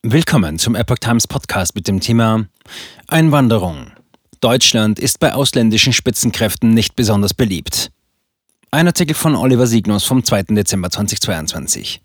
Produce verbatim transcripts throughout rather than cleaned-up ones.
Willkommen zum Epoch Times Podcast mit dem Thema Einwanderung. Deutschland ist bei ausländischen Spitzenkräften nicht besonders beliebt. Ein Artikel von Oliver Signus vom zweiten Dezember zweitausendzweiundzwanzig.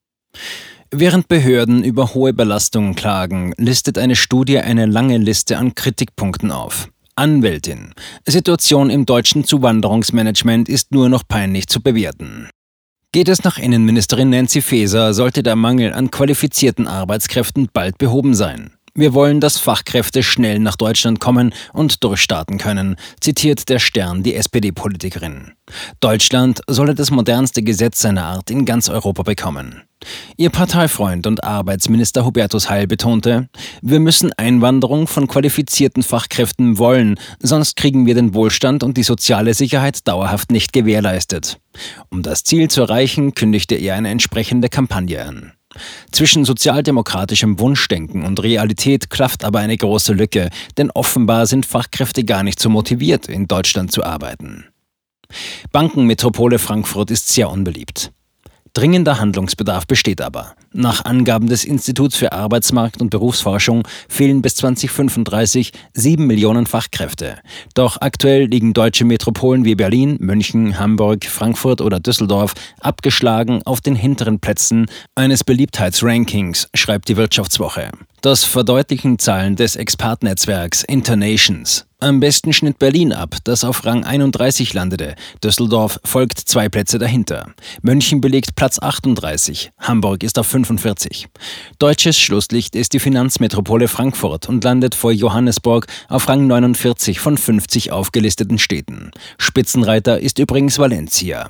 Während Behörden über hohe Belastungen klagen, listet eine Studie eine lange Liste an Kritikpunkten auf. Anwältin: Situation im deutschen Zuwanderungsmanagement ist nur noch peinlich zu bewerten. Geht es nach Innenministerin Nancy Faeser, sollte der Mangel an qualifizierten Arbeitskräften bald behoben sein. Wir wollen, dass Fachkräfte schnell nach Deutschland kommen und durchstarten können, zitiert der Stern die S P D-Politikerin. Deutschland solle das modernste Gesetz seiner Art in ganz Europa bekommen. Ihr Parteifreund und Arbeitsminister Hubertus Heil betonte: Wir müssen Einwanderung von qualifizierten Fachkräften wollen, sonst kriegen wir den Wohlstand und die soziale Sicherheit dauerhaft nicht gewährleistet. Um das Ziel zu erreichen, kündigte er eine entsprechende Kampagne an. Zwischen sozialdemokratischem Wunschdenken und Realität klafft aber eine große Lücke, denn offenbar sind Fachkräfte gar nicht so motiviert, in Deutschland zu arbeiten. Bankenmetropole Frankfurt ist sehr unbeliebt. Dringender Handlungsbedarf besteht aber. Nach Angaben des Instituts für Arbeitsmarkt- und Berufsforschung fehlen bis zweitausendfünfunddreißig sieben Millionen Fachkräfte. Doch aktuell liegen deutsche Metropolen wie Berlin, München, Hamburg, Frankfurt oder Düsseldorf abgeschlagen auf den hinteren Plätzen eines Beliebtheitsrankings, schreibt die Wirtschaftswoche. Das verdeutlichen Zahlen des Expertnetzwerks Internations. Am besten schnitt Berlin ab, das auf Rang einunddreißig landete. Düsseldorf folgt zwei Plätze dahinter. München belegt Platz achtunddreißig. Hamburg ist auf fünfundvierzig. Deutsches Schlusslicht ist die Finanzmetropole Frankfurt und landet vor Johannesburg auf Rang neunundvierzig von fünfzig aufgelisteten Städten. Spitzenreiter ist übrigens Valencia.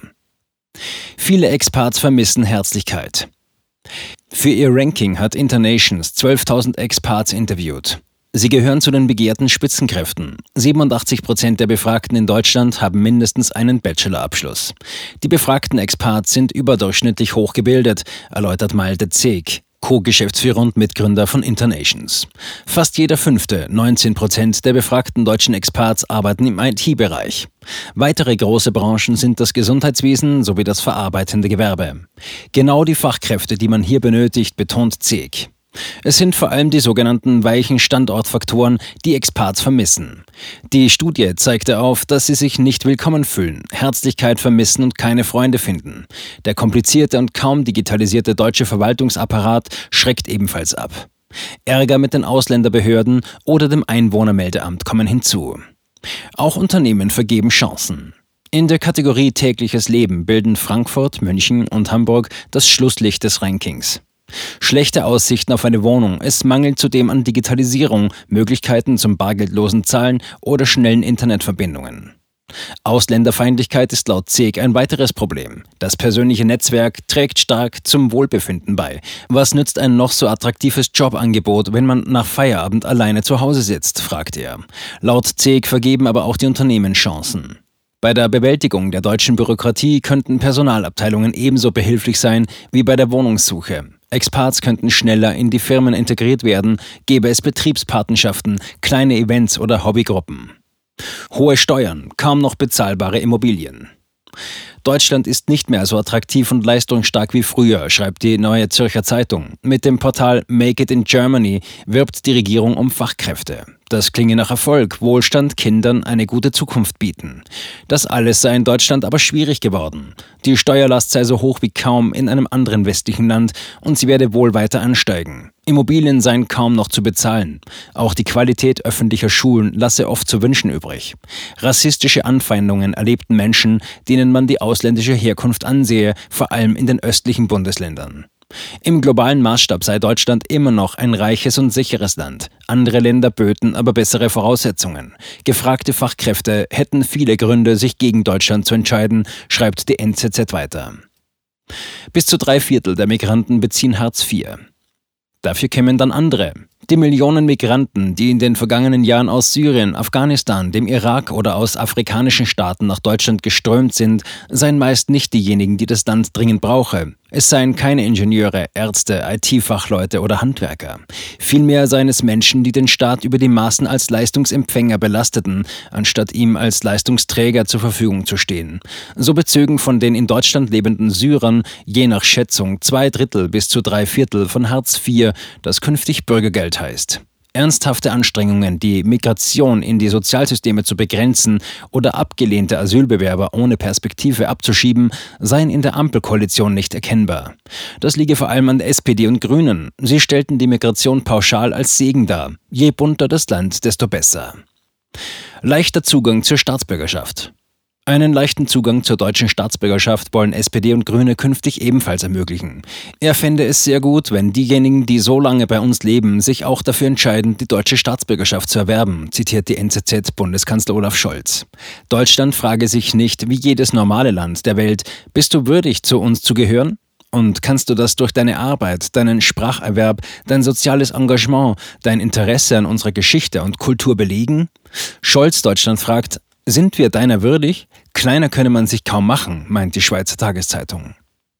Viele Experts vermissen Herzlichkeit. Für ihr Ranking hat Internations zwölftausend Experts interviewt. Sie gehören zu den begehrten Spitzenkräften. siebenundachtzig Prozent der Befragten in Deutschland haben mindestens einen Bachelorabschluss. Die befragten Experts sind überdurchschnittlich hochgebildet, erläutert Malte Zeek, Co-Geschäftsführer und Mitgründer von Internations. Fast jeder fünfte, neunzehn Prozent der befragten deutschen Experts arbeiten im I T-Bereich. Weitere große Branchen sind das Gesundheitswesen sowie das verarbeitende Gewerbe. Genau die Fachkräfte, die man hier benötigt, betont Zeek. Es sind vor allem die sogenannten weichen Standortfaktoren, die Experts vermissen. Die Studie zeigte auf, dass sie sich nicht willkommen fühlen, Herzlichkeit vermissen und keine Freunde finden. Der komplizierte und kaum digitalisierte deutsche Verwaltungsapparat schreckt ebenfalls ab. Ärger mit den Ausländerbehörden oder dem Einwohnermeldeamt kommen hinzu. Auch Unternehmen vergeben Chancen. In der Kategorie tägliches Leben bilden Frankfurt, München und Hamburg das Schlusslicht des Rankings. Schlechte Aussichten auf eine Wohnung, es mangelt zudem an Digitalisierung, Möglichkeiten zum bargeldlosen Zahlen oder schnellen Internetverbindungen. Ausländerfeindlichkeit ist laut Zeek ein weiteres Problem. Das persönliche Netzwerk trägt stark zum Wohlbefinden bei. Was nützt ein noch so attraktives Jobangebot, wenn man nach Feierabend alleine zu Hause sitzt, fragt er. Laut Zeek vergeben aber auch die Unternehmen Chancen. Bei der Bewältigung der deutschen Bürokratie könnten Personalabteilungen ebenso behilflich sein wie bei der Wohnungssuche. Experts könnten schneller in die Firmen integriert werden, gäbe es Betriebspatenschaften, kleine Events oder Hobbygruppen. Hohe Steuern, kaum noch bezahlbare Immobilien. Deutschland ist nicht mehr so attraktiv und leistungsstark wie früher, schreibt die Neue Zürcher Zeitung. Mit dem Portal Make It in Germany wirbt die Regierung um Fachkräfte. Das klinge nach Erfolg, Wohlstand, Kindern eine gute Zukunft bieten. Das alles sei in Deutschland aber schwierig geworden. Die Steuerlast sei so hoch wie kaum in einem anderen westlichen Land und sie werde wohl weiter ansteigen. Immobilien seien kaum noch zu bezahlen. Auch die Qualität öffentlicher Schulen lasse oft zu wünschen übrig. Rassistische Anfeindungen erlebten Menschen, denen man die ausländische Herkunft ansehe, vor allem in den östlichen Bundesländern. Im globalen Maßstab sei Deutschland immer noch ein reiches und sicheres Land. Andere Länder böten aber bessere Voraussetzungen. Gefragte Fachkräfte hätten viele Gründe, sich gegen Deutschland zu entscheiden, schreibt die N Z Z weiter. Bis zu drei Viertel der Migranten beziehen Hartz vier. Dafür kämen dann andere. Die Millionen Migranten, die in den vergangenen Jahren aus Syrien, Afghanistan, dem Irak oder aus afrikanischen Staaten nach Deutschland geströmt sind, seien meist nicht diejenigen, die das Land dringend brauche. Es seien keine Ingenieure, Ärzte, I T-Fachleute oder Handwerker. Vielmehr seien es Menschen, die den Staat über die Maßen als Leistungsempfänger belasteten, anstatt ihm als Leistungsträger zur Verfügung zu stehen. So bezögen von den in Deutschland lebenden Syrern je nach Schätzung zwei Drittel bis zu drei Viertel von Hartz vier, das künftig Bürgergeld heißt. Ernsthafte Anstrengungen, die Migration in die Sozialsysteme zu begrenzen oder abgelehnte Asylbewerber ohne Perspektive abzuschieben, seien in der Ampelkoalition nicht erkennbar. Das liege vor allem an der S P D und Grünen. Sie stellten die Migration pauschal als Segen dar. Je bunter das Land, desto besser. Leichter Zugang zur Staatsbürgerschaft. Einen leichten Zugang zur deutschen Staatsbürgerschaft wollen S P D und Grüne künftig ebenfalls ermöglichen. Er fände es sehr gut, wenn diejenigen, die so lange bei uns leben, sich auch dafür entscheiden, die deutsche Staatsbürgerschaft zu erwerben, zitiert die N Z Z-Bundeskanzler Olaf Scholz. Deutschland frage sich nicht, wie jedes normale Land der Welt, bist du würdig, zu uns zu gehören? Und kannst du das durch deine Arbeit, deinen Spracherwerb, dein soziales Engagement, dein Interesse an unserer Geschichte und Kultur belegen? Scholz Deutschland fragt, sind wir deiner würdig? Kleiner könne man sich kaum machen, meint die Schweizer Tageszeitung.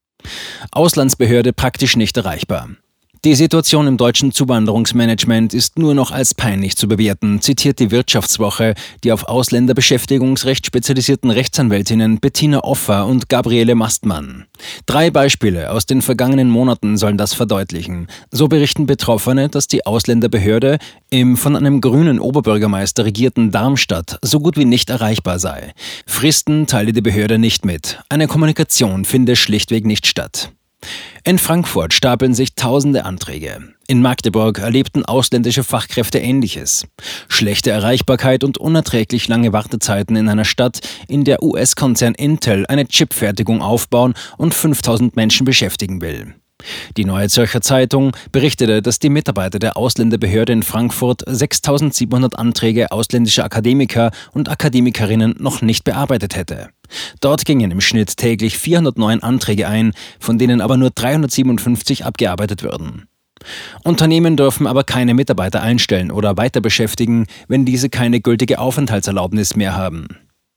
Auslandsbehörde praktisch nicht erreichbar. Die Situation im deutschen Zuwanderungsmanagement ist nur noch als peinlich zu bewerten, zitiert die Wirtschaftswoche die auf Ausländerbeschäftigungsrecht spezialisierten Rechtsanwältinnen Bettina Offer und Gabriele Mastmann. Drei Beispiele aus den vergangenen Monaten sollen das verdeutlichen. So berichten Betroffene, dass die Ausländerbehörde im von einem grünen Oberbürgermeister regierten Darmstadt so gut wie nicht erreichbar sei. Fristen teile die Behörde nicht mit. Eine Kommunikation finde schlichtweg nicht statt. In Frankfurt stapeln sich tausende Anträge. In Magdeburg erlebten ausländische Fachkräfte Ähnliches. Schlechte Erreichbarkeit und unerträglich lange Wartezeiten in einer Stadt, in der U S-Konzern Intel eine Chipfertigung aufbauen und fünftausend Menschen beschäftigen will. Die Neue Zürcher Zeitung berichtete, dass die Mitarbeiter der Ausländerbehörde in Frankfurt sechstausendsiebenhundert Anträge ausländischer Akademiker und Akademikerinnen noch nicht bearbeitet hätte. Dort gingen im Schnitt täglich vierhundertneun Anträge ein, von denen aber nur dreihundertsiebenundfünfzig abgearbeitet würden. Unternehmen dürfen aber keine Mitarbeiter einstellen oder weiter beschäftigen, wenn diese keine gültige Aufenthaltserlaubnis mehr haben.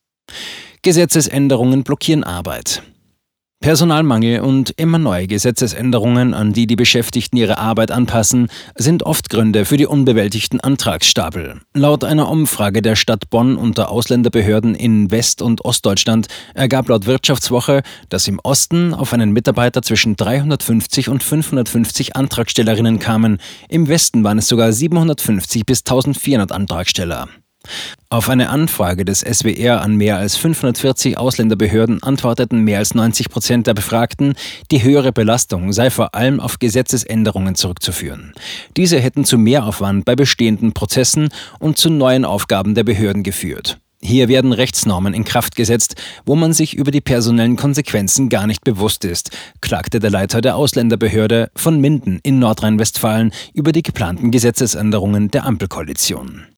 Gesetzesänderungen blockieren Arbeit. Personalmangel und immer neue Gesetzesänderungen, an die die Beschäftigten ihre Arbeit anpassen, sind oft Gründe für die unbewältigten Antragsstapel. Laut einer Umfrage der Stadt Bonn unter Ausländerbehörden in West- und Ostdeutschland ergab laut Wirtschaftswoche, dass im Osten auf einen Mitarbeiter zwischen dreihundertfünfzig und fünfhundertfünfzig Antragstellerinnen kamen, im Westen waren es sogar siebenhundertfünfzig bis eintausendvierhundert Antragsteller. Auf eine Anfrage des S W R an mehr als fünfhundertvierzig Ausländerbehörden antworteten mehr als neunzig Prozent der Befragten, die höhere Belastung sei vor allem auf Gesetzesänderungen zurückzuführen. Diese hätten zu Mehraufwand bei bestehenden Prozessen und zu neuen Aufgaben der Behörden geführt. Hier werden Rechtsnormen in Kraft gesetzt, wo man sich über die personellen Konsequenzen gar nicht bewusst ist, klagte der Leiter der Ausländerbehörde von Minden in Nordrhein-Westfalen über die geplanten Gesetzesänderungen der Ampelkoalition.